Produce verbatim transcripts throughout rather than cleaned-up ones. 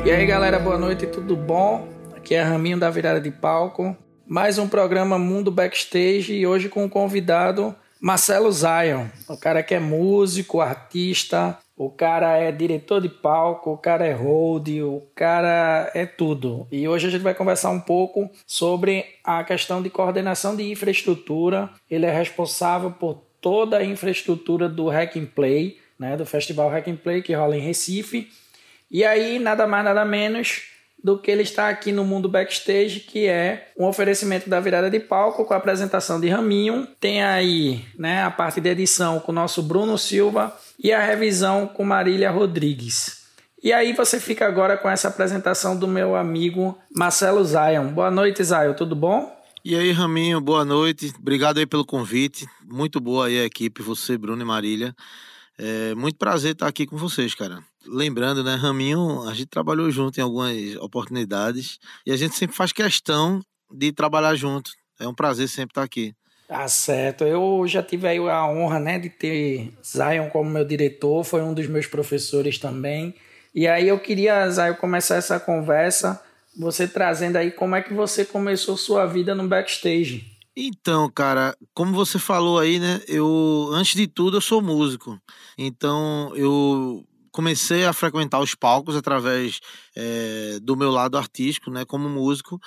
E aí galera, boa noite, tudo bom? Aqui é Raminho da Virada de Palco. Mais um programa Mundo Backstage e hoje com o convidado Marcelo Zion. O cara que é músico, artista, o cara é diretor de palco, o cara é hold, o cara é tudo. E hoje a gente vai conversar um pouco sobre a questão de coordenação de infraestrutura. Ele é responsável por toda a infraestrutura do Hack and Play, né, do Festival Hack and Play que rola em Recife. E aí, nada mais, nada menos do que ele está aqui no Mundo Backstage, que é um oferecimento da Virada de Palco com a apresentação de Raminho. Tem aí, né, a parte de edição com o nosso Bruno Silva e a revisão com Marília Rodrigues. E aí você fica agora com essa apresentação do meu amigo Marcelo Zion. Boa noite, Zion, tudo bom? E aí, Raminho, boa noite. Obrigado aí pelo convite. Muito boa aí a equipe, você, Bruno e Marília. É muito prazer estar aqui com vocês, cara. Lembrando, né, Raminho, a gente trabalhou junto em algumas oportunidades e a gente sempre faz questão de trabalhar junto. É um prazer sempre estar aqui. Tá certo. Eu já tive aí a honra, né, de ter Zion como meu diretor, foi um dos meus professores também. E aí eu queria, Zion, começar essa conversa, você trazendo aí como é que você começou sua vida no backstage. Então, cara, como você falou aí, né, eu, antes de tudo, eu sou músico. Então, eu comecei a frequentar os palcos através é, do meu lado artístico, né, como músico.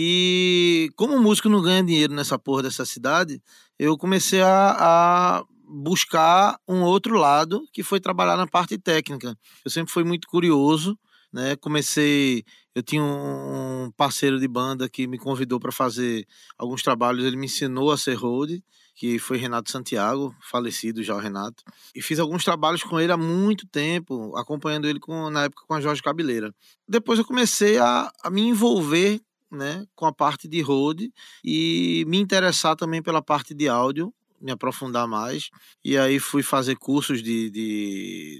E como músico não ganha dinheiro nessa porra dessa cidade, eu comecei a, a buscar um outro lado, que foi trabalhar na parte técnica. Eu sempre fui muito curioso, né, comecei... Eu tinha um parceiro de banda que me convidou para fazer alguns trabalhos, ele me ensinou a ser road, que foi Renato Santiago, falecido já o Renato, e fiz alguns trabalhos com ele há muito tempo, acompanhando ele com, na época com a Jorge Cabeleira. Depois eu comecei a, a me envolver, né, com a parte de road e me interessar também pela parte de áudio, me aprofundar mais, e aí fui fazer cursos de, de,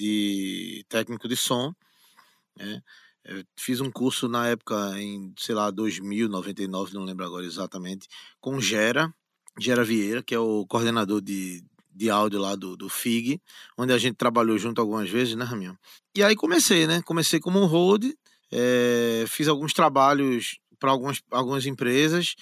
de técnico de som, né? Eu fiz um curso na época em, sei lá, dois mil, noventa e nove, não lembro agora exatamente, com Gera, Gera Vieira, que é o coordenador de, de áudio lá do, do F I G, onde a gente trabalhou junto algumas vezes, né, Raminho? E aí comecei, né? Comecei como um road, é, fiz alguns trabalhos para algumas, algumas empresas,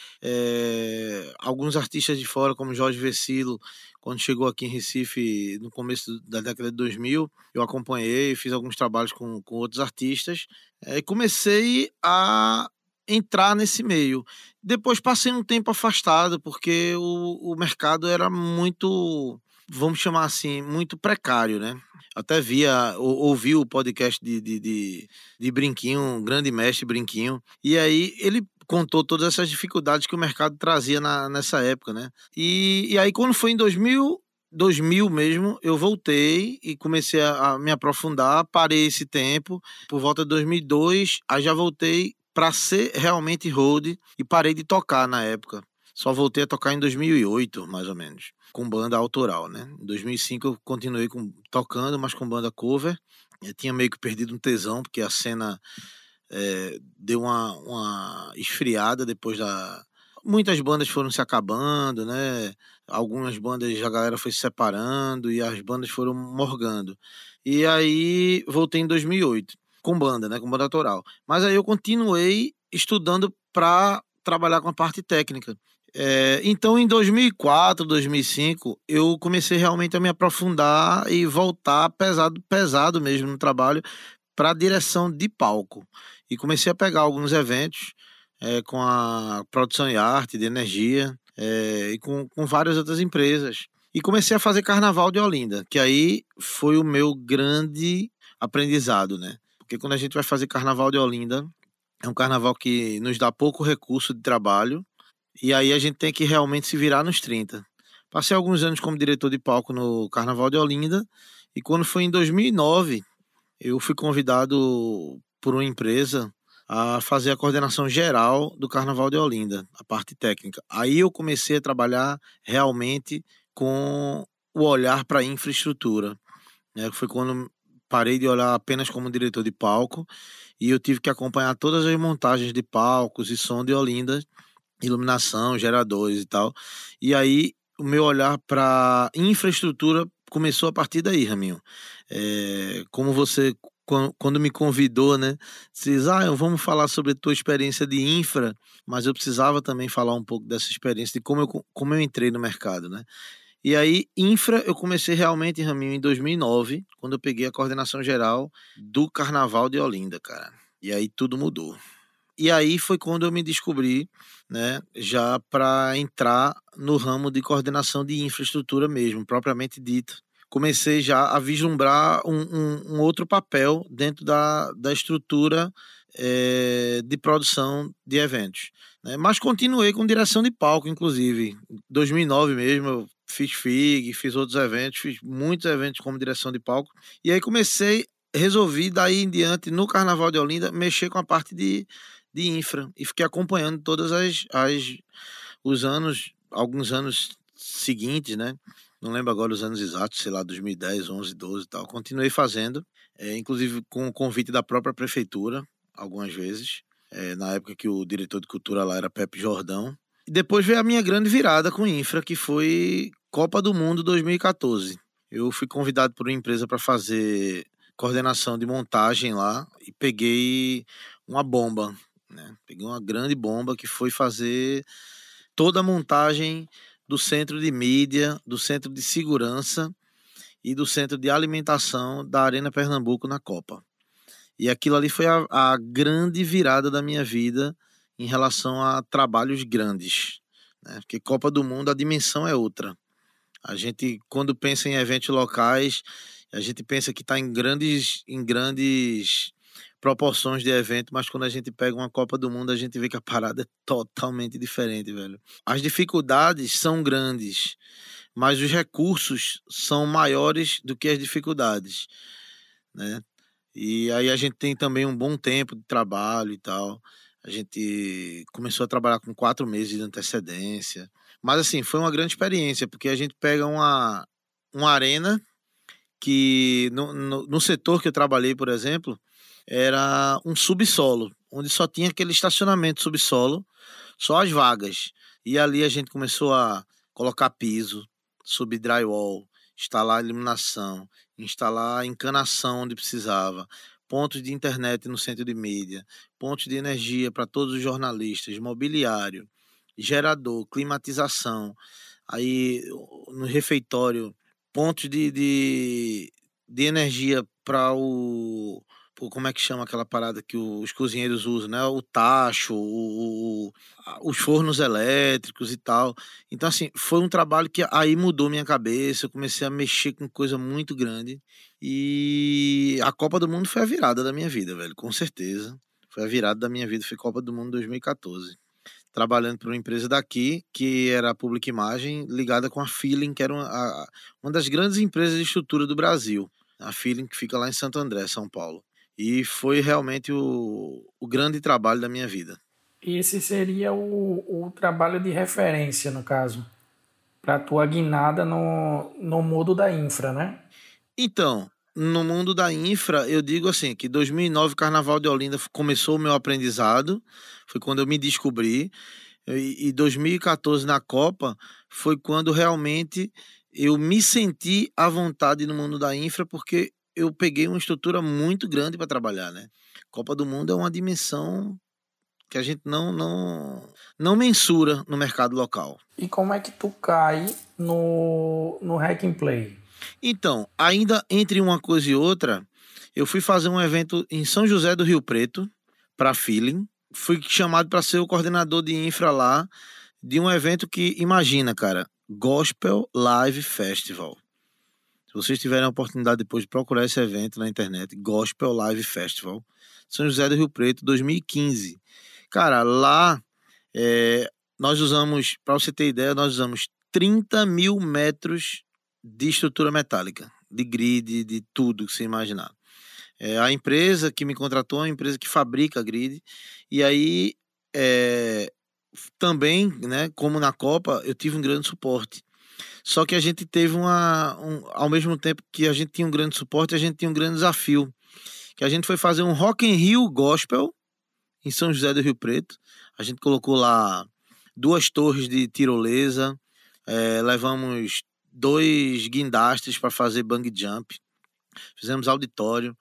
é, alguns artistas de fora, como Jorge Vecilo, quando chegou aqui em Recife no começo da década de dois mil, eu acompanhei, fiz alguns trabalhos com, com outros artistas, é, e comecei a entrar nesse meio. Depois passei um tempo afastado, porque o, o mercado era muito, vamos chamar assim, muito precário, né? Até via, ou, ouvi o podcast de, de, de, de Brinquinho, um grande mestre Brinquinho, e aí ele contou todas essas dificuldades que o mercado trazia na, nessa época, né? E, e aí quando foi em dois mil, dois mil mesmo, eu voltei e comecei a, a me aprofundar, parei esse tempo, por volta de dois mil e dois, aí já voltei para ser realmente road e parei de tocar na época. Só voltei a tocar em dois mil e oito, mais ou menos, com banda autoral, né? Em dois mil e cinco eu continuei com, tocando, mas com banda cover. Eu tinha meio que perdido um tesão, porque a cena é, deu uma, uma esfriada depois da... Muitas bandas foram se acabando, né? Algumas bandas a galera foi se separando e as bandas foram morgando. E aí voltei em dois mil e oito, com banda, né? Com banda autoral. Mas aí eu continuei estudando para trabalhar com a parte técnica. É, então, em dois mil e quatro, dois mil e cinco, eu comecei realmente a me aprofundar e voltar pesado, pesado mesmo no trabalho para a direção de palco. E comecei a pegar alguns eventos é, com a produção e arte, de energia, é, e com, com várias outras empresas. E comecei a fazer Carnaval de Olinda, que aí foi o meu grande aprendizado, né? Porque quando a gente vai fazer Carnaval de Olinda, é um carnaval que nos dá pouco recurso de trabalho, e aí a gente tem que realmente se virar nos trinta. Passei alguns anos como diretor de palco no Carnaval de Olinda, e quando foi em dois mil e nove, eu fui convidado por uma empresa a fazer a coordenação geral do Carnaval de Olinda, a parte técnica. Aí eu comecei a trabalhar realmente com o olhar para a infraestrutura, né? Foi quando parei de olhar apenas como diretor de palco e eu tive que acompanhar todas as montagens de palcos e som de Olinda, iluminação, geradores e tal. E aí o meu olhar para infraestrutura começou a partir daí, Raminho. É, como você quando, quando me convidou, né? Diz, ah, vamos falar sobre a tua experiência de infra, mas eu precisava também falar um pouco dessa experiência, de como eu, como eu entrei no mercado, né? E aí, infra, eu comecei realmente, Raminho, em dois mil e nove, quando eu peguei a coordenação geral do Carnaval de Olinda, cara. E aí tudo mudou. E aí foi quando eu me descobri, né, já para entrar no ramo de coordenação de infraestrutura mesmo, propriamente dito. Comecei já a vislumbrar um, um, um outro papel dentro da, da estrutura é, de produção de eventos, né? Mas continuei com direção de palco, inclusive. Em dois mil e nove mesmo, eu fiz F I G, fiz outros eventos, fiz muitos eventos como direção de palco. E aí comecei, resolvi daí em diante, no Carnaval de Olinda, mexer com a parte de, de infra. E fiquei acompanhando todas as, as os anos, alguns anos seguintes, né? Não lembro agora os anos exatos, sei lá, dois mil e dez, onze, doze e tal. Continuei fazendo, é, inclusive com o convite da própria prefeitura, algumas vezes, é, na época que o diretor de cultura lá era Pepe Jordão. E depois veio a minha grande virada com infra, que foi Copa do Mundo dois mil e quatorze. Eu fui convidado por uma empresa para fazer coordenação de montagem lá e peguei uma bomba, né? Peguei uma grande bomba que foi fazer toda a montagem do centro de mídia, do centro de segurança e do centro de alimentação da Arena Pernambuco na Copa. E aquilo ali foi a, a grande virada da minha vida em relação a trabalhos grandes, né? Porque Copa do Mundo, a dimensão é outra. A gente, quando pensa em eventos locais, a gente pensa que está em grandes, em grandes proporções de evento, mas quando a gente pega uma Copa do Mundo, a gente vê que a parada é totalmente diferente, velho. As dificuldades são grandes, mas os recursos são maiores do que as dificuldades, né? E aí a gente tem também um bom tempo de trabalho e tal. A gente começou a trabalhar com quatro meses de antecedência. Mas assim, foi uma grande experiência, porque a gente pega uma, uma arena que no, no, no setor que eu trabalhei, por exemplo, era um subsolo, onde só tinha aquele estacionamento subsolo, só as vagas. E ali a gente começou a colocar piso, subir drywall, instalar iluminação, instalar encanação onde precisava, pontos de internet no centro de mídia, pontos de energia para todos os jornalistas, mobiliário, gerador, climatização, aí no refeitório, pontos de, de, de energia para o... Como é que chama aquela parada que os cozinheiros usam, né? O tacho, o, o, os fornos elétricos e tal. Então, assim, foi um trabalho que aí mudou minha cabeça. Eu comecei a mexer com coisa muito grande. E a Copa do Mundo foi a virada da minha vida, velho, com certeza. Foi a virada da minha vida, foi Copa do Mundo dois mil e quatorze. Trabalhando para uma empresa daqui, que era a Public Imagem, ligada com a Feeling, que era uma, a, uma das grandes empresas de estrutura do Brasil. A Feeling, que fica lá em Santo André, São Paulo. E foi realmente o, o grande trabalho da minha vida. Esse seria o, o trabalho de referência, no caso, para a tua guinada no, no mundo da infra, né? Então, no mundo da infra, eu digo assim, que dois mil e nove, Carnaval de Olinda, começou o meu aprendizado, foi quando eu me descobri, e, e dois mil e quatorze, na Copa, foi quando realmente eu me senti à vontade no mundo da infra, porque eu peguei uma estrutura muito grande para trabalhar, né? Copa do Mundo é uma dimensão que a gente não, não, não mensura no mercado local. E como é que tu cai no, no Hack and Play? Então, ainda entre uma coisa e outra, eu fui fazer um evento em São José do Rio Preto, para a Feeling. Fui chamado para ser o coordenador de infra lá, de um evento que, imagina, cara, Gospel Live Festival. Se vocês tiverem a oportunidade depois de procurar esse evento na internet, Gospel Live Festival, São José do Rio Preto, dois mil e quinze. Cara, lá é, nós usamos, para você ter ideia, nós usamos trinta mil metros de estrutura metálica, de grid, de tudo que você imaginar. É, a empresa que me contratou é uma empresa que fabrica grid, e aí é, também, né, como na Copa, eu tive um grande suporte. Só que a gente teve uma... Um, ao mesmo tempo que a gente tinha um grande suporte, a gente tinha um grande desafio. Que a gente foi fazer um Rock in Rio Gospel em São José do Rio Preto. A gente colocou lá duas torres de tirolesa, é, levamos dois guindastes para fazer bang jump, fizemos auditório,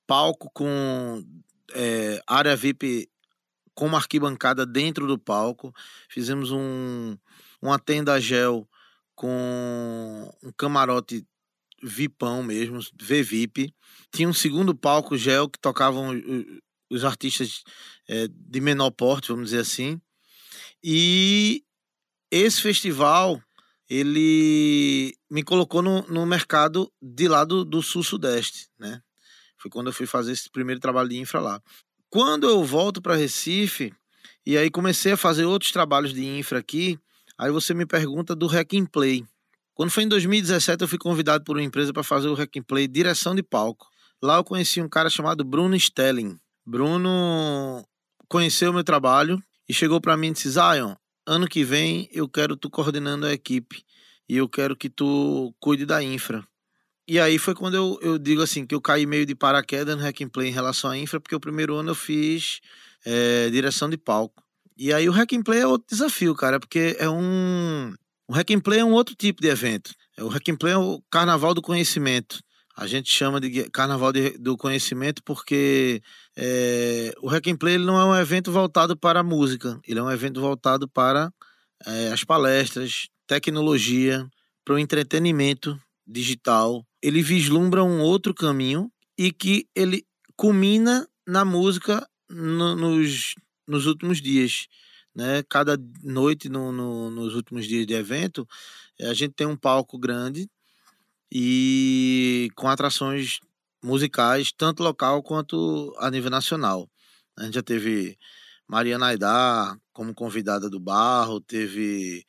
palco com é, área V I P com uma arquibancada dentro do palco. Fizemos um, uma tenda gel com um camarote VIPão mesmo, V V I P. Tinha um segundo palco gel que tocavam os artistas é, de menor porte, vamos dizer assim. E esse festival, ele me colocou no, no mercado de lá do, do sul-sudeste, né? Foi quando eu fui fazer esse primeiro trabalho de infra lá. Quando eu volto para Recife, e aí comecei a fazer outros trabalhos de infra aqui, aí você me pergunta do Hack and Play. Quando foi em dois mil e dezessete, eu fui convidado por uma empresa para fazer o Hack and Play direção de palco. Lá eu conheci um cara chamado Bruno Stelling. Bruno conheceu o meu trabalho e chegou para mim e disse: Zion, ano que vem eu quero tu coordenando a equipe e eu quero que tu cuide da infra. E aí foi quando eu, eu digo assim, que eu caí meio de paraquedas no Hack and Play em relação à infra, porque o primeiro ano eu fiz é, direção de palco. E aí o Hack and Play é outro desafio, cara, porque é um... O Hack and Play é um outro tipo de evento. O Hack and Play é o carnaval do conhecimento. A gente chama de carnaval de, do conhecimento porque é, o Hack and Play ele não é um evento voltado para a música, ele é um evento voltado para é, as palestras, tecnologia, para o entretenimento digital. Ele vislumbra um outro caminho e que ele culmina na música no, nos, nos últimos dias, né? Cada noite no, no, nos últimos dias de evento, a gente tem um palco grande e com atrações musicais, tanto local quanto a nível nacional. A gente já teve Mariana Aidar como convidada do Barro, teve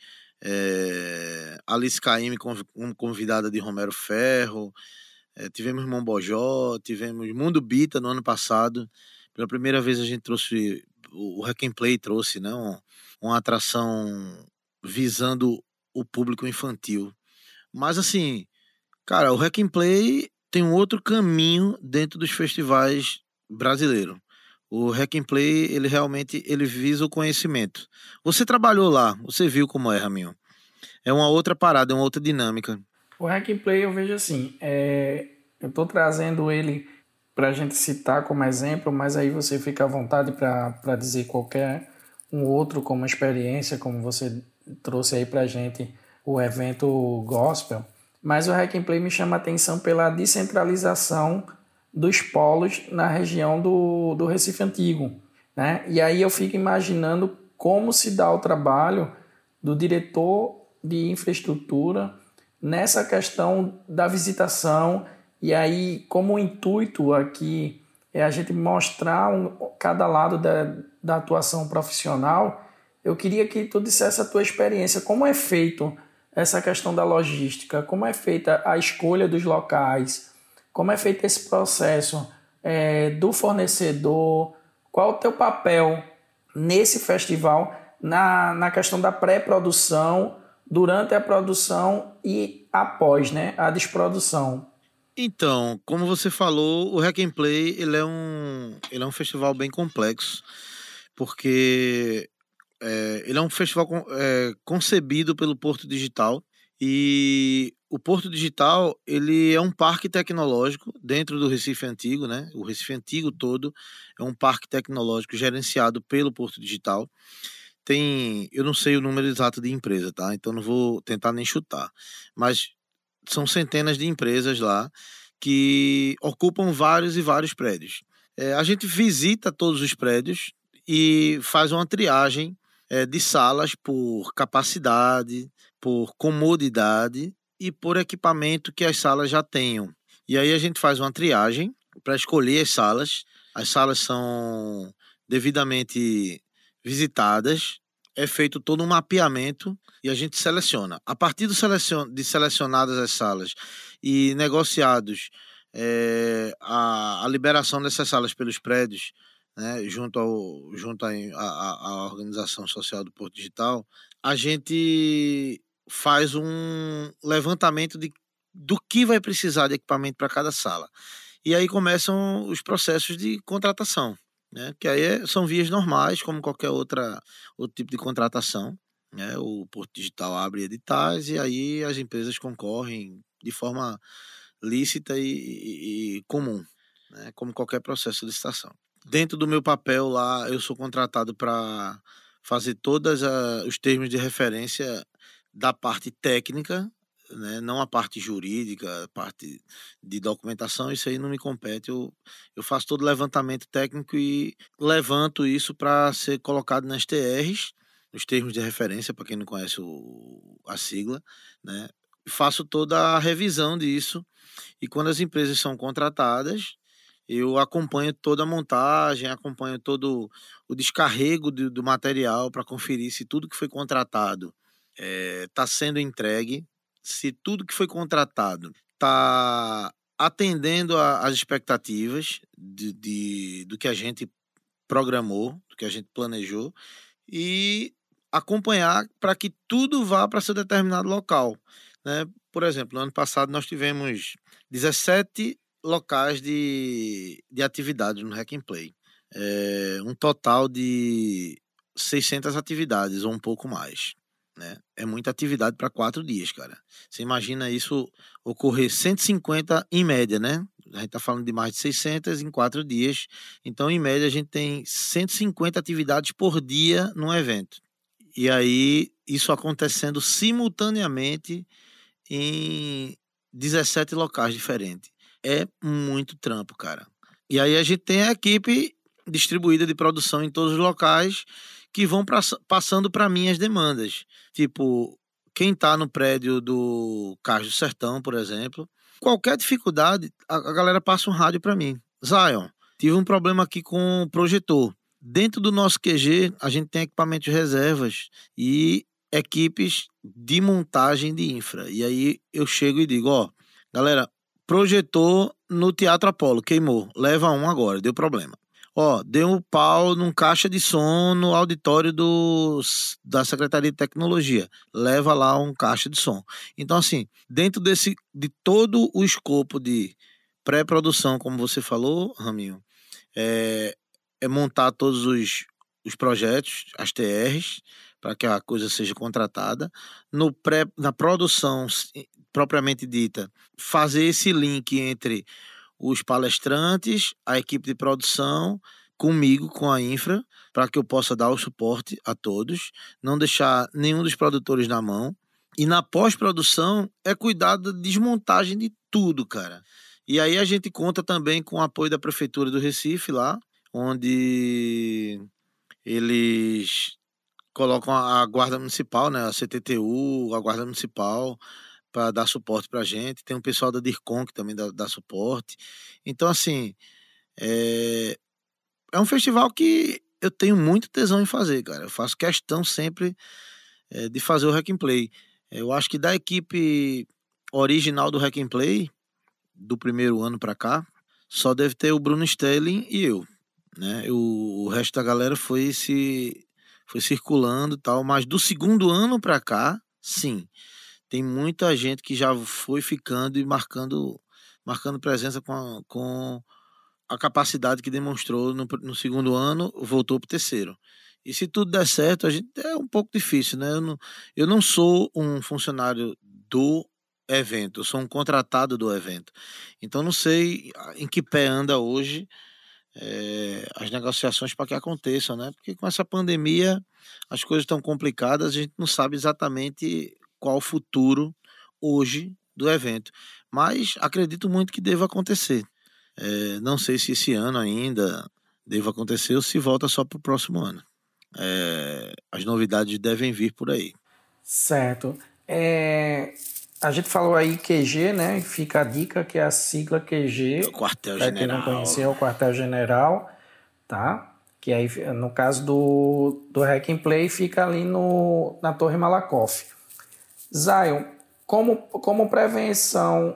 é, Alice Caymmi como convidada de Romero Ferro, é, tivemos Mombojó, tivemos Mundo Bita no ano passado. Pela primeira vez a gente trouxe, o Hack and Play trouxe, né, um, uma atração visando o público infantil. Mas assim, cara, o Hack and Play tem um outro caminho dentro dos festivais brasileiros. O Hack and Play, ele realmente ele visa o conhecimento. Você trabalhou lá, você viu como é, Raminho. É uma outra parada, é uma outra dinâmica. O Hack and Play eu vejo assim, é... eu estou trazendo ele para a gente citar como exemplo, mas aí você fica à vontade para dizer qualquer um outro como experiência, como você trouxe aí para a gente o evento Gospel. Mas o Hack and Play me chama a atenção pela descentralização dos polos na região do, do Recife Antigo, né? E aí eu fico imaginando como se dá o trabalho do diretor de infraestrutura nessa questão da visitação. E aí, como o intuito aqui é a gente mostrar um, cada lado da, da atuação profissional, eu queria que tu dissesse a tua experiência, como é feito essa questão da logística, como é feita a escolha dos locais, como é feito esse processo é, do fornecedor, qual o teu papel nesse festival na, na questão da pré-produção, durante a produção e após, né, a desprodução. Então, como você falou, o Hack and Play ele é, um, ele é um festival bem complexo, porque É, ele é um festival é, concebido pelo Porto Digital e o Porto Digital ele é um parque tecnológico dentro do Recife Antigo, né? O Recife Antigo todo é um parque tecnológico gerenciado pelo Porto Digital. Tem, eu não sei o número exato de empresa, tá? Então não vou tentar nem chutar, mas são centenas de empresas lá que ocupam vários e vários prédios. É, a gente visita todos os prédios e faz uma triagem É, de salas por capacidade, por comodidade e por equipamento que as salas já tenham. E aí a gente faz uma triagem para escolher as salas. As salas são devidamente visitadas, é feito todo um mapeamento e a gente seleciona. A partir do selecion... de selecionadas as salas e negociados é, a, a liberação dessas salas pelos prédios, né, junto, ao, junto à, à, à Organização Social do Porto Digital, a gente faz um levantamento de, do que vai precisar de equipamento para cada sala. E aí começam os processos de contratação, né, que aí é, são vias normais, como qualquer outra, outro tipo de contratação. Né, o Porto Digital abre editais e aí as empresas concorrem de forma lícita e, e, e comum. né, como qualquer processo de licitação. Dentro do meu papel lá, eu sou contratado para fazer todos os termos de referência da parte técnica, né, não a parte jurídica, a parte de documentação, isso aí não me compete. Eu, eu faço todo o levantamento técnico e levanto isso para ser colocado nas T Rs, nos termos de referência, para quem não conhece o, a sigla, né? Faço toda a revisão disso e quando as empresas são contratadas, eu acompanho toda a montagem, acompanho todo o descarrego do, do material para conferir se tudo que foi contratado está é, sendo entregue, se tudo que foi contratado está atendendo às expectativas de, de, do que a gente programou, do que a gente planejou, e acompanhar para que tudo vá para seu determinado local, né? Por exemplo, no ano passado nós tivemos dezessete locais de, de atividades no Hack and Play. É, um total de seiscentas atividades ou um pouco mais, né? É muita atividade para quatro dias, cara. Você imagina isso ocorrer cento e cinquenta em média, né? A gente está falando de mais de seiscentas em quatro dias. Então, em média, a gente tem cento e cinquenta atividades por dia num evento. E aí, isso acontecendo simultaneamente em dezessete locais diferentes. É muito trampo, cara. E aí a gente tem a equipe distribuída de produção em todos os locais que vão pra, passando para mim as demandas. Tipo, quem tá no prédio do Cais do Sertão, por exemplo, qualquer dificuldade, a, a galera passa um rádio para mim. Zion, tive um problema aqui com o projetor. Dentro do nosso Q G, a gente tem equipamentos de reservas e equipes de montagem de infra. E aí eu chego e digo, ó, galera, projetor no Teatro Apolo, queimou, leva um agora, deu problema. Ó, deu um pau num caixa de som no auditório do, da Secretaria de Tecnologia, leva lá um caixa de som. Então, assim, dentro desse, de todo o escopo de pré-produção, como você falou, Raminho, é, é montar todos os, os projetos, as T Rs, para que a coisa seja contratada. No pré, na produção propriamente dita, fazer esse link entre os palestrantes, a equipe de produção, comigo, com a infra, para que eu possa dar o suporte a todos, não deixar nenhum dos produtores na mão. E na pós-produção é cuidar da desmontagem de tudo, cara. E aí a gente conta também com o apoio da Prefeitura do Recife lá, onde eles colocam a Guarda Municipal, né, a C T T U, a Guarda Municipal, para dar suporte para a gente. Tem um pessoal da DIRCOM que também dá, dá suporte. Então, assim, é... é um festival que eu tenho muito tesão em fazer, cara. Eu faço questão sempre é, de fazer o Hack and Play. Eu acho que da equipe original do Hack and Play, do primeiro ano para cá, só deve ter o Bruno Stelling e eu, né? O, o resto da galera foi se foi circulando e tal, mas do segundo ano para cá, sim, tem muita gente que já foi ficando e marcando, marcando presença com a, com a capacidade que demonstrou no, no segundo ano, voltou para o terceiro. E se tudo der certo, a gente é um pouco difícil, né? Eu não, eu não sou um funcionário do evento, eu sou um contratado do evento. Então não sei em que pé anda hoje é, as negociações para que aconteçam, né? Porque com essa pandemia as coisas estão complicadas, a gente não sabe exatamente qual o futuro hoje do evento. Mas acredito muito que deva acontecer. É, não sei se esse ano ainda deva acontecer ou se volta só para o próximo ano. É, as novidades devem vir por aí. Certo. É, a gente falou aí Q G, né? Fica a dica que é a sigla Q G. O quartel-general. Para quem não conhecia, é o quartel-general, tá? Que aí, no caso do, do Hack and Play, fica ali no, na Torre Malakoff. Zion, como, como prevenção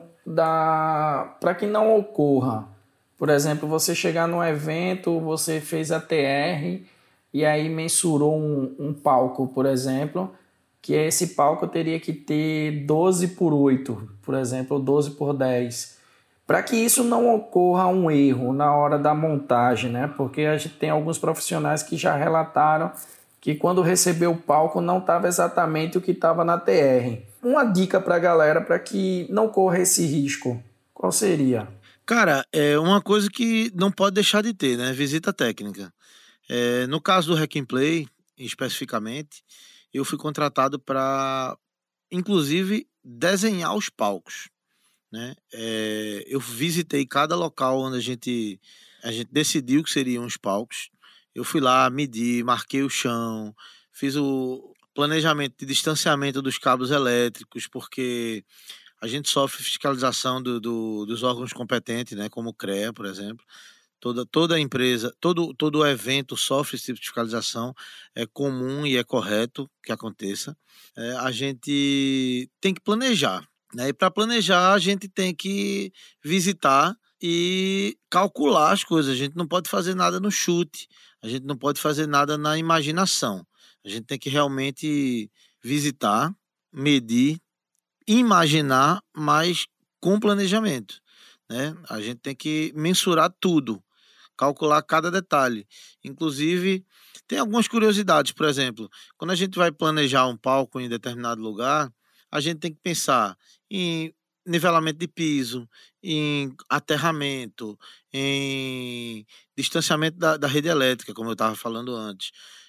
da, para que não ocorra, por exemplo, você chegar num evento, você fez a T R e aí mensurou um, um palco, por exemplo, que esse palco teria que ter doze por oito, por exemplo, ou doze por dez. Para que isso não ocorra um erro na hora da montagem, né? Porque a gente tem alguns profissionais que já relataram que quando recebeu o palco não estava exatamente o que estava na T R. Uma dica para a galera para que não corra esse risco, qual seria? Cara, é uma coisa que não pode deixar de ter, né? Visita técnica. É, no caso do Hack and Play, especificamente, eu fui contratado para, inclusive, desenhar os palcos, né? É, eu visitei cada local onde a gente, a gente decidiu que seriam os palcos. Eu fui lá, medi, marquei o chão, fiz o planejamento de distanciamento dos cabos elétricos, porque a gente sofre fiscalização do, do- dos órgãos competentes, né? Como o CREA, por exemplo. Toda, toda empresa, todo, todo evento sofre esse tipo de fiscalização. É comum e é correto que aconteça. É, a gente tem que planejar, né? E para planejar, a gente tem que visitar e calcular as coisas. A gente não pode fazer nada no chute, a gente não pode fazer nada na imaginação. A gente tem que realmente visitar, medir, imaginar, mas com planejamento, né? A gente tem que mensurar tudo, calcular cada detalhe. Inclusive, tem algumas curiosidades, por exemplo, quando a gente vai planejar um palco em determinado lugar, a gente tem que pensar em nivelamento de piso, em aterramento, em distanciamento da, da rede elétrica, como eu estava falando antes.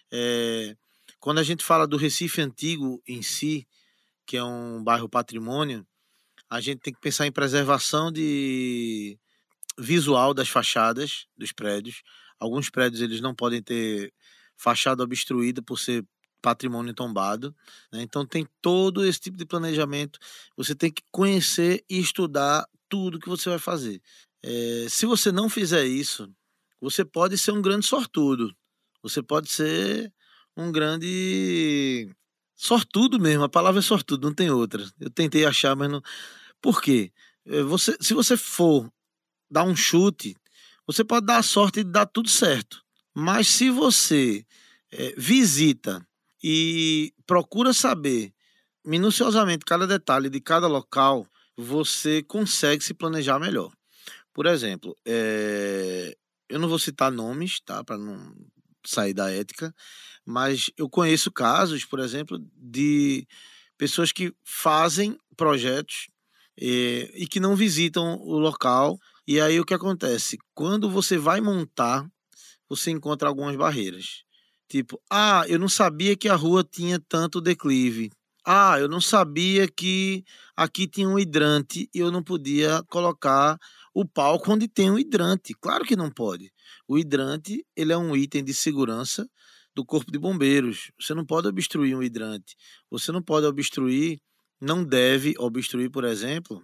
É, quando a gente fala do Recife Antigo em si, que é um bairro patrimônio, a gente tem que pensar em preservação de visual das fachadas dos prédios. Alguns prédios eles não podem ter fachada obstruída por ser patrimônio tombado, né? Então tem todo esse tipo de planejamento. Você tem que conhecer e estudar tudo que você vai fazer. É, se você não fizer isso, você pode ser um grande sortudo. Você pode ser um grande sortudo mesmo. A palavra é sortudo, não tem outra. Eu tentei achar, mas não. Por quê? É, Você, se você for dar um chute, você pode dar a sorte de dar tudo certo. Mas se você eh, visita e procura saber minuciosamente cada detalhe de cada local, você consegue se planejar melhor. Por exemplo, eh, eu não vou citar nomes, tá, para não sair da ética, mas eu conheço casos, por exemplo, de pessoas que fazem projetos eh, e que não visitam o local. E aí o que acontece? Quando você vai montar, você encontra algumas barreiras. Tipo, ah, eu não sabia que a rua tinha tanto declive. Ah, eu não sabia que aqui tinha um hidrante e eu não podia colocar o palco onde tem um hidrante. Claro que não pode. O hidrante, ele é um item de segurança do Corpo de Bombeiros. Você não pode obstruir um hidrante. Você não pode obstruir, não deve obstruir, por exemplo,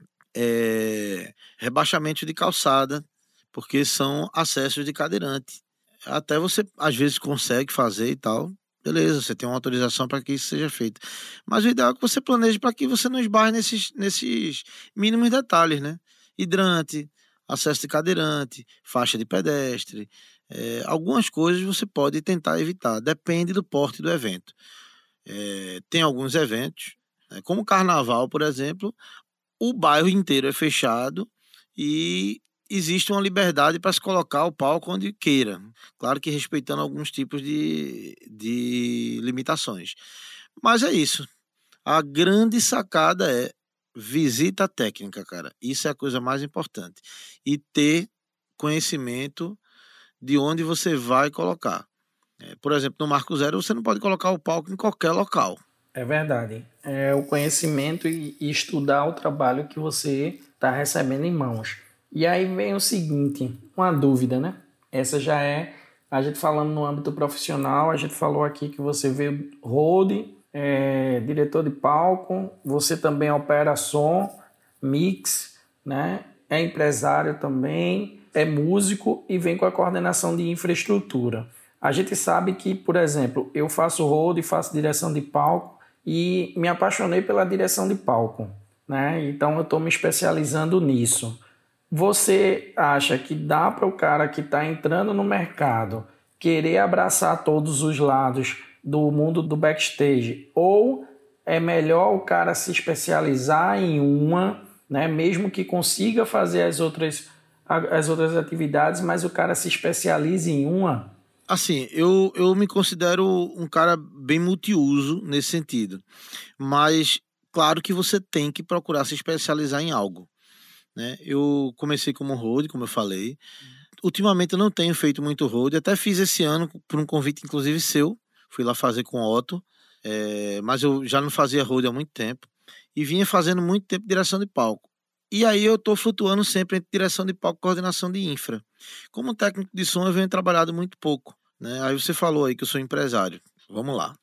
eh, rebaixamento de calçada, porque são acessos de cadeirante. Até você, às vezes, consegue fazer e tal. Beleza, você tem uma autorização para que isso seja feito. Mas o ideal é que você planeje para que você não esbarre nesses, nesses mínimos detalhes, né? Hidrante, acesso de cadeirante, faixa de pedestre. eh, algumas coisas você pode tentar evitar, depende do porte do evento. Eh, tem alguns eventos, né, como o carnaval, por exemplo, o bairro inteiro é fechado e existe uma liberdade para se colocar o palco onde queira. Claro que respeitando alguns tipos de, de limitações. Mas é isso. A grande sacada é visita técnica, cara. Isso é a coisa mais importante. E ter conhecimento de onde você vai colocar. É, por exemplo, no Marco Zero, você não pode colocar o palco em qualquer local. É verdade. É o conhecimento e, e estudar o trabalho que você está recebendo em mãos. E aí vem o seguinte, uma dúvida, né? Essa já é, a gente falando no âmbito profissional, a gente falou aqui que você veio road, é, diretor de palco, você também opera som, mix, né? É empresário também, é músico e vem com a coordenação de infraestrutura. A gente sabe que, por exemplo, eu faço road, faço direção de palco e me apaixonei pela direção de palco, né? Então eu estou me especializando nisso. Você acha que dá para o cara que está entrando no mercado querer abraçar todos os lados do mundo do backstage? Ou é melhor o cara se especializar em uma, né? Mesmo que consiga fazer as outras, as outras atividades, mas o cara se especialize em uma? Assim, eu, eu me considero um cara bem multiuso nesse sentido. Mas, claro que você tem que procurar se especializar em algo. né? Eu comecei como road, como eu falei. Ultimamente eu não tenho feito muito road, até fiz esse ano por um convite inclusive seu, fui lá fazer com o Otto, é, mas eu já não fazia road há muito tempo e vinha fazendo muito tempo direção de palco. E aí eu tô flutuando sempre entre direção de palco e coordenação de infra. Como técnico de som eu venho trabalhado muito pouco, né? Aí você falou aí que eu sou empresário. Vamos lá.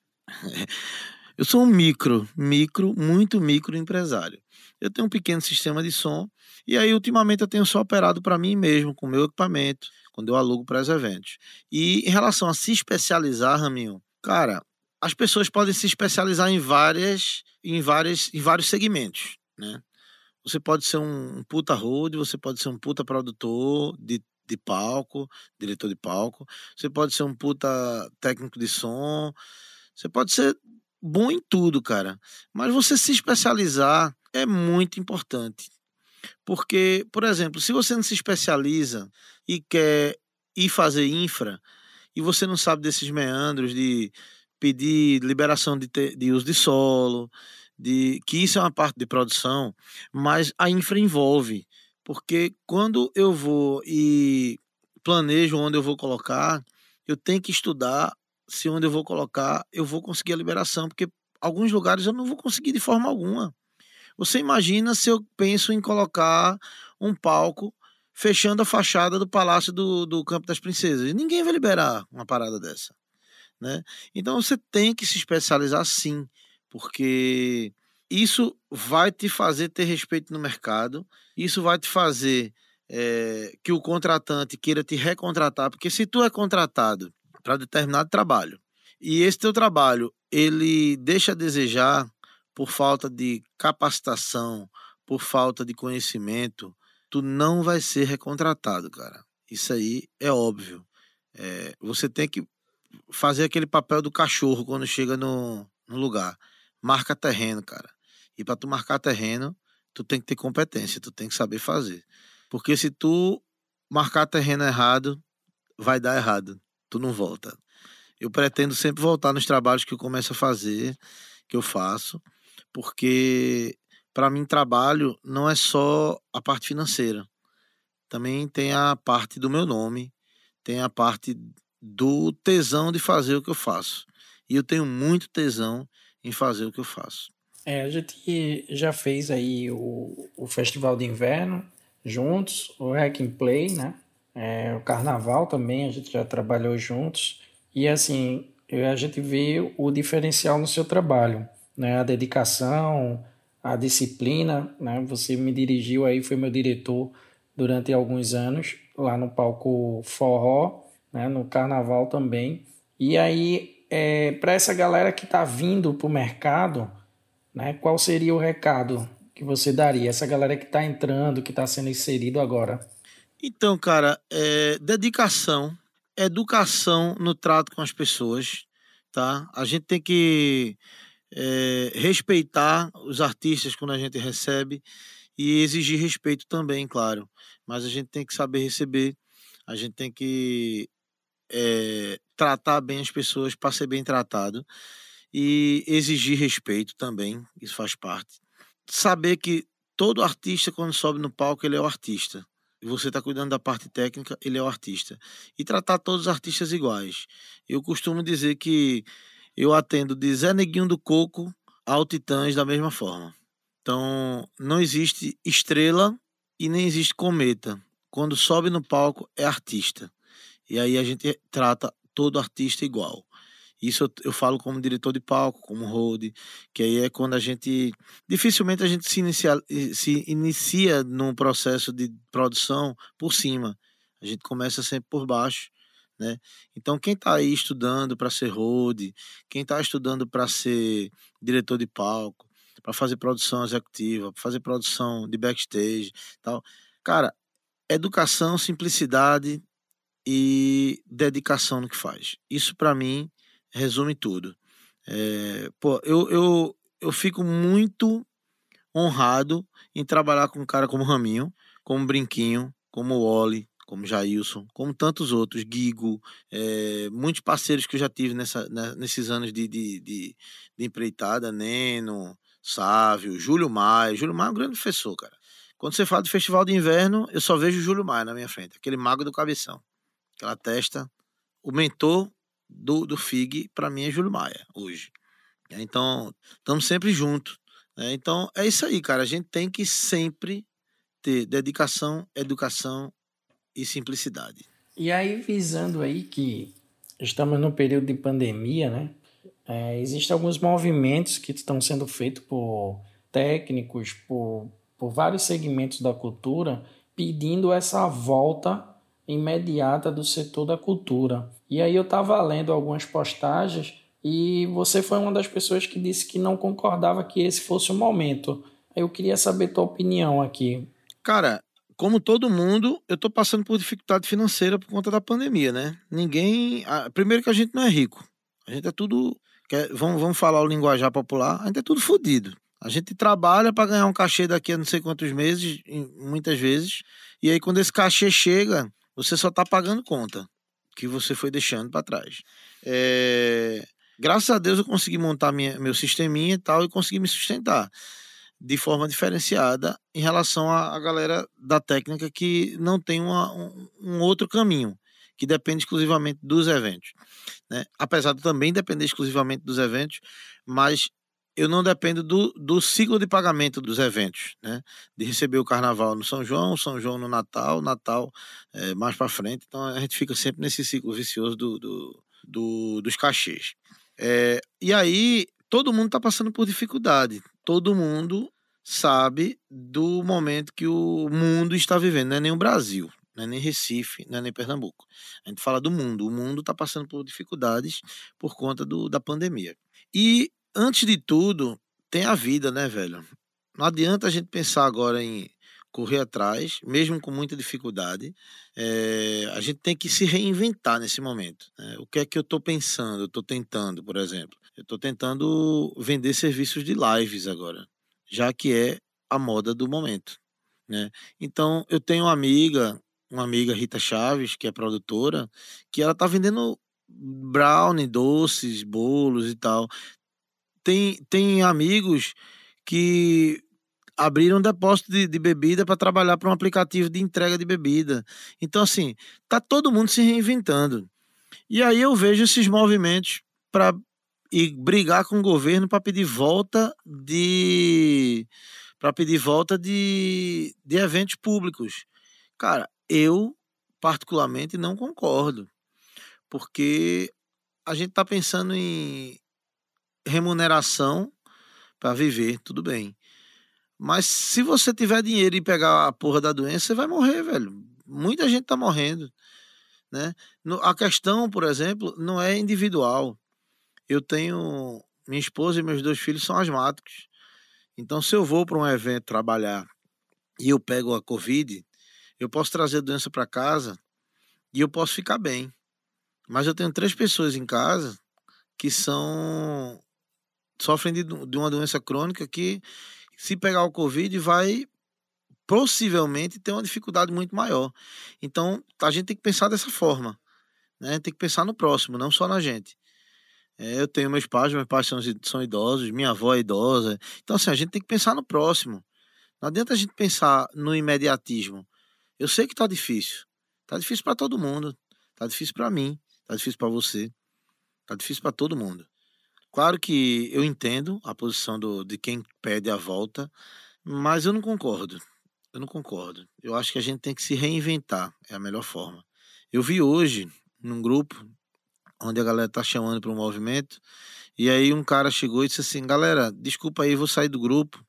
Eu sou um micro, micro, muito micro empresário. Eu tenho um pequeno sistema de som e aí ultimamente eu tenho só operado para mim mesmo, com o meu equipamento, quando eu alugo para os eventos. E em relação a se especializar, Raminho, cara, as pessoas podem se especializar em várias, em várias, em vários segmentos, né? Você pode ser um, um puta road, você pode ser um puta produtor de, de palco, diretor de palco, você pode ser um puta técnico de som, você pode ser bom em tudo, cara. Mas você se especializar é muito importante. Porque, por exemplo, se você não se especializa e quer ir fazer infra, e você não sabe desses meandros de pedir liberação de, te, de uso de solo, de que isso é uma parte de produção, mas a infra envolve. Porque quando eu vou e planejo onde eu vou colocar, eu tenho que estudar se onde eu vou colocar eu vou conseguir a liberação, porque alguns lugares eu não vou conseguir de forma alguma. Você imagina se eu penso em colocar um palco fechando a fachada do Palácio do, do Campo das Princesas? Ninguém vai liberar uma parada dessa, né? Então você tem que se especializar sim, porque isso vai te fazer ter respeito no mercado, isso vai te fazer é, que o contratante queira te recontratar, porque se tu é contratado para determinado trabalho e esse teu trabalho ele deixa a desejar por falta de capacitação, por falta de conhecimento, tu não vai ser recontratado, cara. Isso aí é óbvio. É, você tem que fazer aquele papel do cachorro quando chega no, no lugar. Marca terreno, cara. E para tu marcar terreno, tu tem que ter competência, tu tem que saber fazer. Porque se tu marcar terreno errado, vai dar errado. Tu não volta. Eu pretendo sempre voltar nos trabalhos que eu começo a fazer, que eu faço, porque para mim trabalho não é só a parte financeira. Também tem a parte do meu nome, tem a parte do tesão de fazer o que eu faço. E eu tenho muito tesão em fazer o que eu faço. É, a gente já fez aí o, o Festival de Inverno juntos, o Hack and Play, né? É, o Carnaval também a gente já trabalhou juntos. E assim, a gente vê o diferencial no seu trabalho, né? A dedicação, a disciplina, né? Você me dirigiu aí, foi meu diretor durante alguns anos, lá no palco Forró, né? No Carnaval também. E aí, é, para essa galera que está vindo para o mercado, né? Qual seria o recado que você daria? Essa galera que está entrando, que está sendo inserido agora. Então, cara, é dedicação, educação no trato com as pessoas, tá? A gente tem que é, respeitar os artistas quando a gente recebe e exigir respeito também, claro. Mas a gente tem que saber receber, a gente tem que é, tratar bem as pessoas para ser bem tratado e exigir respeito também, isso faz parte. Saber que todo artista, quando sobe no palco, ele é o artista. E você está cuidando da parte técnica, ele é o artista. E tratar todos os artistas iguais. Eu costumo dizer que eu atendo de Zé Neguinho do Coco ao Titãs da mesma forma. Então, não existe estrela e nem existe cometa. Quando sobe no palco, é artista. E aí a gente trata todo artista igual. Isso eu, eu falo como diretor de palco, como road, que aí é quando a gente... Dificilmente a gente se inicia, se inicia num processo de produção por cima. A gente começa sempre por baixo, né? Então quem está aí estudando para ser road, quem está estudando para ser diretor de palco, para fazer produção executiva, para fazer produção de backstage, tal, cara, educação, simplicidade e dedicação no que faz. Isso para mim resume tudo. É, pô, eu, eu, eu fico muito honrado em trabalhar com um cara como Raminho, como Brinquinho, como Wally, como Jailson, como tantos outros, Guigo, é, muitos parceiros que eu já tive nessa, né, nesses anos de, de, de, de empreitada, Neno, Sávio, Júlio Maia. Júlio Maia é um grande professor, cara. Quando você fala de festival de inverno, eu só vejo o Júlio Maia na minha frente, aquele mago do cabeção, aquela testa. O mentor do, do F I G, para mim, é Júlio Maia, hoje. Então, estamos sempre juntos. Né? Então, é isso aí, cara. A gente tem que sempre ter dedicação, educação e simplicidade. E aí, visando aí que estamos num período de pandemia, né? É, existem alguns movimentos que estão sendo feitos por técnicos, por, por vários segmentos da cultura, pedindo essa volta imediata do setor da cultura. E aí eu estava lendo algumas postagens e você foi uma das pessoas que disse que não concordava que esse fosse o momento. Eu queria saber tua opinião aqui. Cara, como todo mundo, eu tô passando por dificuldade financeira por conta da pandemia, né? Ninguém... Primeiro que a gente não é rico. A gente é tudo... Vamos, vamos falar o linguajar popular. A gente é tudo fodido. A gente trabalha para ganhar um cachê daqui a não sei quantos meses, muitas vezes. E aí quando esse cachê chega, você só tá pagando conta que você foi deixando para trás. É... Graças a Deus eu consegui montar minha, meu sisteminha e tal e consegui me sustentar de forma diferenciada em relação à, à galera da técnica que não tem uma, um, um outro caminho, que depende exclusivamente dos eventos. Né? Apesar de também depender exclusivamente dos eventos, mas eu não dependo do, do ciclo de pagamento dos eventos, né? De receber o carnaval no São João, São João no Natal, Natal é, mais para frente, então a gente fica sempre nesse ciclo vicioso do, do, do, dos cachês. É, e aí, todo mundo está passando por dificuldade, todo mundo sabe do momento que o mundo está vivendo, não é nem o Brasil, não é nem Recife, não é nem Pernambuco. A gente fala do mundo, o mundo está passando por dificuldades por conta do, da pandemia. E, antes de tudo, tem a vida, né, velho? Não adianta a gente pensar agora em correr atrás, mesmo com muita dificuldade. É, a gente tem que se reinventar nesse momento. Né? O que é que eu estou pensando? Eu estou tentando, por exemplo. Eu estou tentando vender serviços de lives agora, já que é a moda do momento. Né? Então, eu tenho uma amiga, uma amiga Rita Chaves, que é produtora, que ela está vendendo brownie, doces, bolos e tal. Tem, tem amigos que abriram um depósito de, de bebida para trabalhar para um aplicativo de entrega de bebida. Então, assim, tá todo mundo se reinventando. E aí eu vejo esses movimentos para ir brigar com o governo para pedir volta de para pedir volta de, de eventos públicos. Cara, eu particularmente não concordo, porque a gente tá pensando em remuneração para viver, tudo bem. Mas se você tiver dinheiro e pegar a porra da doença, você vai morrer, velho. Muita gente tá morrendo, né? A questão, por exemplo, não é individual. Eu tenho... Minha esposa e meus dois filhos são asmáticos. Então, se eu vou para um evento trabalhar e eu pego a Covid, eu posso trazer a doença para casa e eu posso ficar bem. Mas eu tenho três pessoas em casa que são... sofrem de, de uma doença crônica que... se pegar o Covid, vai possivelmente ter uma dificuldade muito maior. Então, a gente tem que pensar dessa forma, né? Tem que pensar no próximo, não só na gente. É, eu tenho meus pais, meus pais são, são idosos, minha avó é idosa. Então, assim, a gente tem que pensar no próximo. Não adianta a gente pensar no imediatismo. Eu sei que tá difícil. Tá difícil para todo mundo. Tá difícil para mim. Tá difícil para você. Tá difícil para todo mundo. Claro que eu entendo a posição do, de quem pede a volta, mas eu não concordo. Eu não concordo. Eu acho que a gente tem que se reinventar. É a melhor forma. Eu vi hoje, num grupo, onde a galera tá chamando para um movimento, e aí um cara chegou e disse assim, galera, desculpa aí, vou sair do grupo,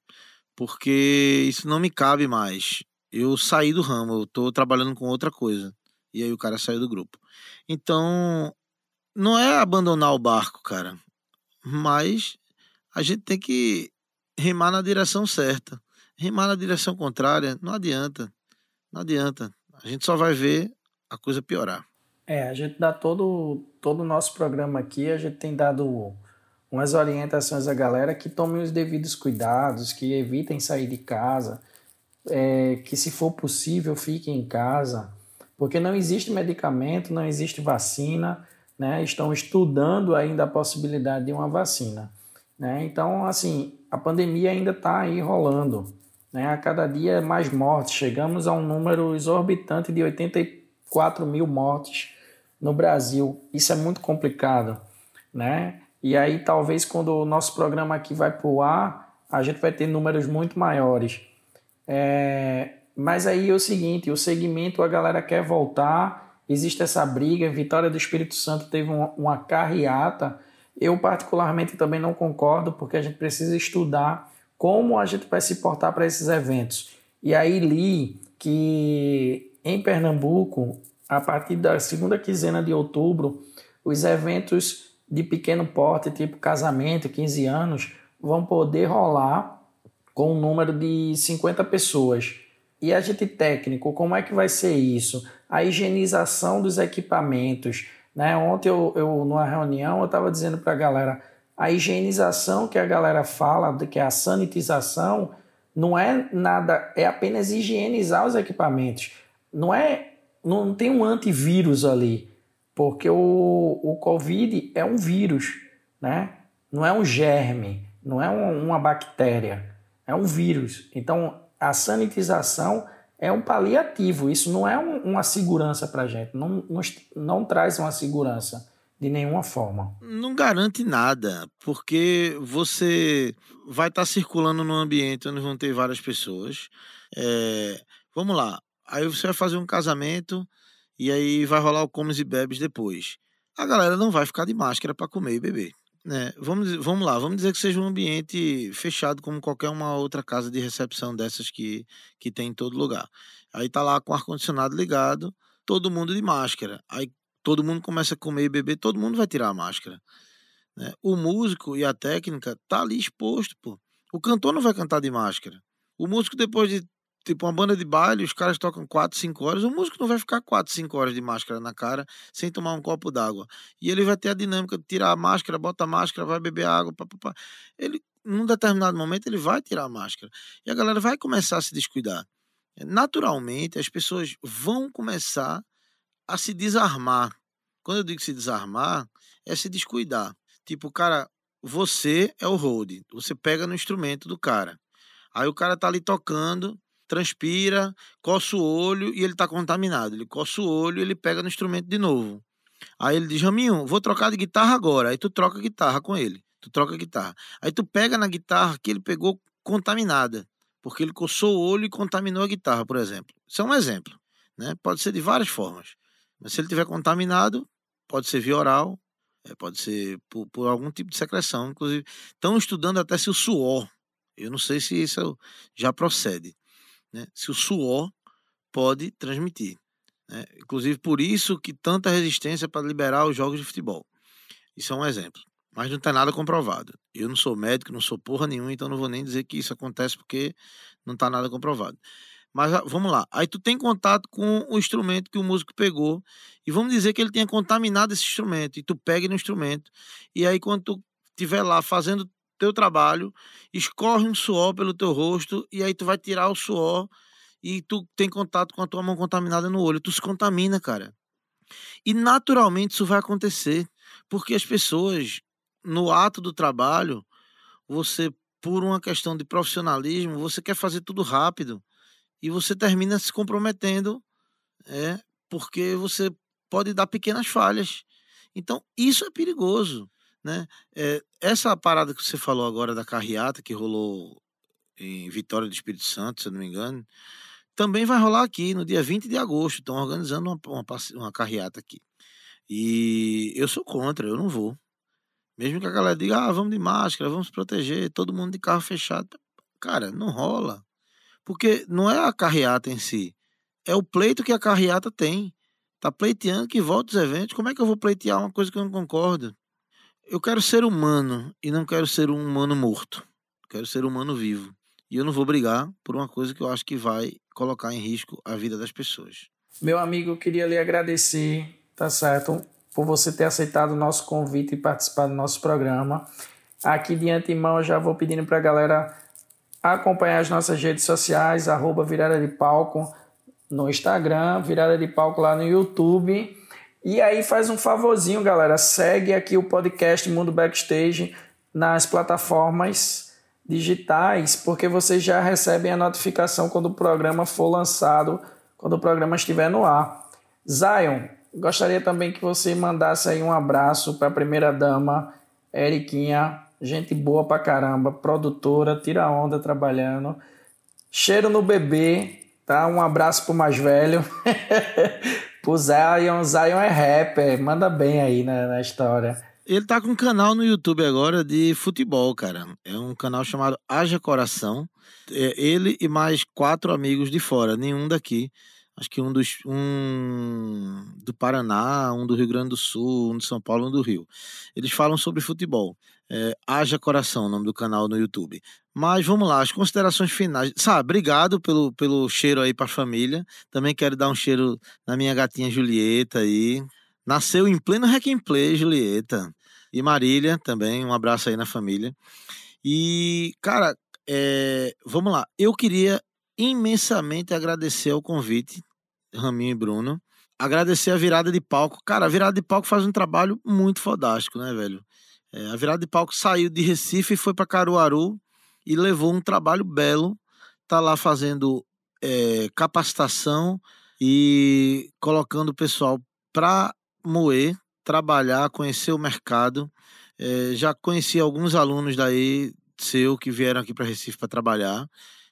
porque isso não me cabe mais. Eu saí do ramo, eu tô trabalhando com outra coisa. E aí o cara saiu do grupo. Então, não é abandonar o barco, cara. Mas a gente tem que remar na direção certa. Remar na direção contrária não adianta. Não adianta. A gente só vai ver a coisa piorar. É, a gente dá todo, todo o nosso programa aqui, a gente tem dado umas orientações à galera que tomem os devidos cuidados, que evitem sair de casa, é, que se for possível fiquem em casa, porque não existe medicamento, não existe vacina, né? Estão estudando ainda a possibilidade de uma vacina, né? Então, assim, a pandemia ainda está aí rolando. né? A cada dia mais mortes. Chegamos a um número exorbitante de oitenta e quatro mil mortes no Brasil. Isso é muito complicado, né? E aí talvez quando o nosso programa aqui vai para o ar, a gente vai ter números muito maiores. É... Mas aí é o seguinte, o segmento, a galera quer voltar, existe essa briga, Vitória do Espírito Santo teve uma, uma carreata. Eu particularmente também não concordo, porque a gente precisa estudar como a gente vai se portar para esses eventos. E aí li que em Pernambuco, a partir da segunda quinzena de outubro, os eventos de pequeno porte, tipo casamento, quinze anos, vão poder rolar com um número de cinquenta pessoas. E agente técnico, como é que vai ser isso? A higienização dos equipamentos, né? Ontem, eu, eu numa reunião, eu estava dizendo para a galera, a higienização que a galera fala, que é a sanitização, não é nada, é apenas higienizar os equipamentos. Não, é, não tem um antivírus ali, porque o, o Covid é um vírus, né? Não é um germe, não é um, uma bactéria, é um vírus. Então, a sanitização é um paliativo, isso não é um, uma segurança para a gente, não, não, não traz uma segurança de nenhuma forma. Não garante nada, porque você vai estar tá circulando num ambiente onde vão ter várias pessoas. É, vamos lá, aí você vai fazer um casamento e aí vai rolar o comes e bebes depois. A galera não vai ficar de máscara para comer e beber. Né? Vamos, vamos lá, vamos dizer que seja um ambiente fechado como qualquer uma outra casa de recepção dessas que, que tem em todo lugar. Aí tá lá com o ar-condicionado ligado, todo mundo de máscara. Aí todo mundo começa a comer e beber, todo mundo vai tirar a máscara. Né? O músico e a técnica tá ali exposto, pô. O cantor não vai cantar de máscara. O músico, depois de tipo uma banda de baile, os caras tocam quatro, cinco horas, o músico não vai ficar quatro, cinco horas de máscara na cara sem tomar um copo d'água. E ele vai ter a dinâmica de tirar a máscara, bota a máscara, vai beber água, pá, pá, pá. Ele, num determinado momento, ele vai tirar a máscara. E a galera vai começar a se descuidar. Naturalmente, as pessoas vão começar a se desarmar. Quando eu digo se desarmar, é se descuidar. Tipo, cara, você é o hold, você pega no instrumento do cara. Aí o cara tá ali tocando, transpira, coça o olho e ele tá contaminado. Ele coça o olho e ele pega no instrumento de novo. Aí ele diz, Raminho, vou trocar de guitarra agora. Aí tu troca a guitarra com ele. Tu troca a guitarra. Aí tu pega na guitarra que ele pegou contaminada, porque ele coçou o olho e contaminou a guitarra, por exemplo. Isso é um exemplo, né? Pode ser de várias formas. Mas se ele tiver contaminado, pode ser via oral, pode ser por, por algum tipo de secreção. Inclusive, estão estudando até se o suor, eu não sei se isso já procede, né? Se o suor pode transmitir, né? Inclusive por isso que tanta resistência para liberar os jogos de futebol. Isso é um exemplo, mas não tem nada comprovado. Eu não sou médico, não sou porra nenhuma, então não vou nem dizer que isso acontece porque não está nada comprovado. Mas vamos lá, aí tu tem contato com o instrumento que o músico pegou e vamos dizer que ele tenha contaminado esse instrumento e tu pegue no instrumento e aí quando tu estiver lá fazendo teu trabalho, escorre um suor pelo teu rosto e aí tu vai tirar o suor e tu tem contato com a tua mão contaminada no olho, tu se contamina, cara. E naturalmente isso vai acontecer, porque as pessoas, no ato do trabalho, você, por uma questão de profissionalismo, você quer fazer tudo rápido e você termina se comprometendo, é, porque você pode dar pequenas falhas. Então, isso é perigoso. Né? É, essa parada que você falou agora da carreata que rolou em Vitória do Espírito Santo, se eu não me engano, também vai rolar aqui no dia vinte de agosto. Estão organizando uma, uma, uma carreata aqui. E eu sou contra, eu não vou. Mesmo que a galera diga, ah, vamos de máscara, vamos proteger, todo mundo de carro fechado. Cara, não rola. Porque não é a carreata em si, é o pleito que a carreata tem. Tá pleiteando que volte os eventos. Como é que eu vou pleitear uma coisa que eu não concordo? Eu quero ser humano e não quero ser um humano morto. Quero ser humano vivo. E eu não vou brigar por uma coisa que eu acho que vai colocar em risco a vida das pessoas. Meu amigo, eu queria lhe agradecer, tá certo, por você ter aceitado o nosso convite e participar do nosso programa. Aqui de antemão eu já vou pedindo para a galera acompanhar as nossas redes sociais, arroba Virada de Palco no Instagram, Virada de Palco lá no YouTube. E aí faz um favorzinho, galera, segue aqui o podcast Mundo Backstage nas plataformas digitais, porque vocês já recebem a notificação quando o programa for lançado, quando o programa estiver no ar. Zion, gostaria também que você mandasse aí um abraço para a primeira-dama, Eriquinha, gente boa pra caramba, produtora, tira onda trabalhando. Cheiro no bebê, tá? Um abraço pro mais velho. Pro Zion, Zion é rapper, manda bem aí na, na história. Ele tá com um canal no YouTube agora de futebol, cara. É um canal chamado Haja Coração. É ele e mais quatro amigos de fora, nenhum daqui. Acho que um dos um do Paraná, um do Rio Grande do Sul, um de São Paulo, um do Rio. Eles falam sobre futebol. É, Haja Coração, o nome do canal no YouTube. Mas vamos lá, as considerações finais. Sabe, obrigado pelo, pelo cheiro aí pra família. Também quero dar um cheiro na minha gatinha Julieta aí. Nasceu em pleno Requiem-Play, Julieta. E Marília também, um abraço aí na família. E, cara, é, vamos lá. Eu queria imensamente agradecer o convite, Raminho e Bruno. Agradecer a Virada de Palco. Cara, a Virada de Palco faz um trabalho muito fodástico, né, velho? É, a Virada de Palco saiu de Recife e foi para Caruaru e levou um trabalho belo. Tá lá fazendo é, capacitação e colocando o pessoal para moer, trabalhar, conhecer o mercado. É, já conheci alguns alunos daí, seu, que vieram aqui para Recife para trabalhar.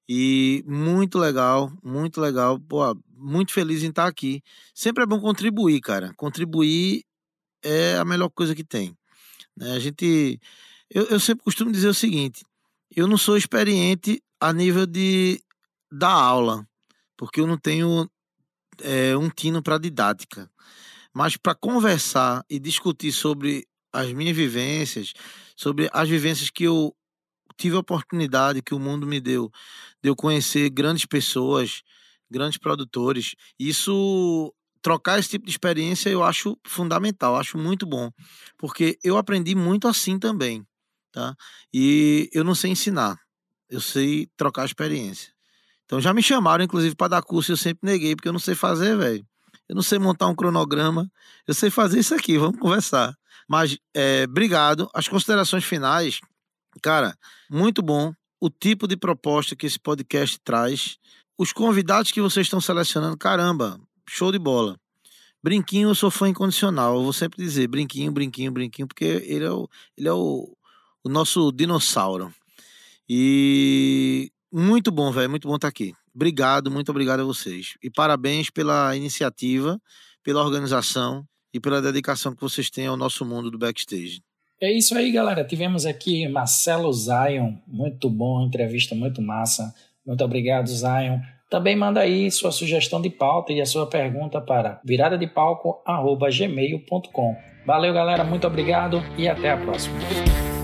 E muito legal, muito legal. Pô, muito feliz em estar aqui. Sempre é bom contribuir, cara. Contribuir é a melhor coisa que tem. Né? A gente... Eu, eu sempre costumo dizer o seguinte, eu não sou experiente a nível de dar aula, porque eu não tenho é, um tino para didática. Mas para conversar e discutir sobre as minhas vivências, sobre as vivências que eu tive a oportunidade, que o mundo me deu, de eu conhecer grandes pessoas, grandes produtores, isso, trocar esse tipo de experiência eu acho fundamental, acho muito bom, porque eu aprendi muito assim também, tá? E eu não sei ensinar, eu sei trocar experiência. Então já me chamaram, inclusive, para dar curso, eu sempre neguei, porque eu não sei fazer, velho. Eu não sei montar um cronograma, eu sei fazer isso aqui, vamos conversar. Mas, é, obrigado. As considerações finais, cara, muito bom o tipo de proposta que esse podcast traz. Os convidados que vocês estão selecionando, caramba, show de bola. Brinquinho, eu sou fã incondicional, eu vou sempre dizer brinquinho, brinquinho, brinquinho, porque ele é o, ele é o, o nosso dinossauro. E muito bom, velho, muito bom estar aqui. Obrigado, muito obrigado a vocês. E parabéns pela iniciativa, pela organização e pela dedicação que vocês têm ao nosso mundo do backstage. É isso aí, galera. Tivemos aqui Marcelo Zion. Muito bom, entrevista muito massa. Muito obrigado, Zion. Também manda aí sua sugestão de pauta e a sua pergunta para virada de palco arroba gmail ponto com. Valeu, galera. Muito obrigado e até a próxima.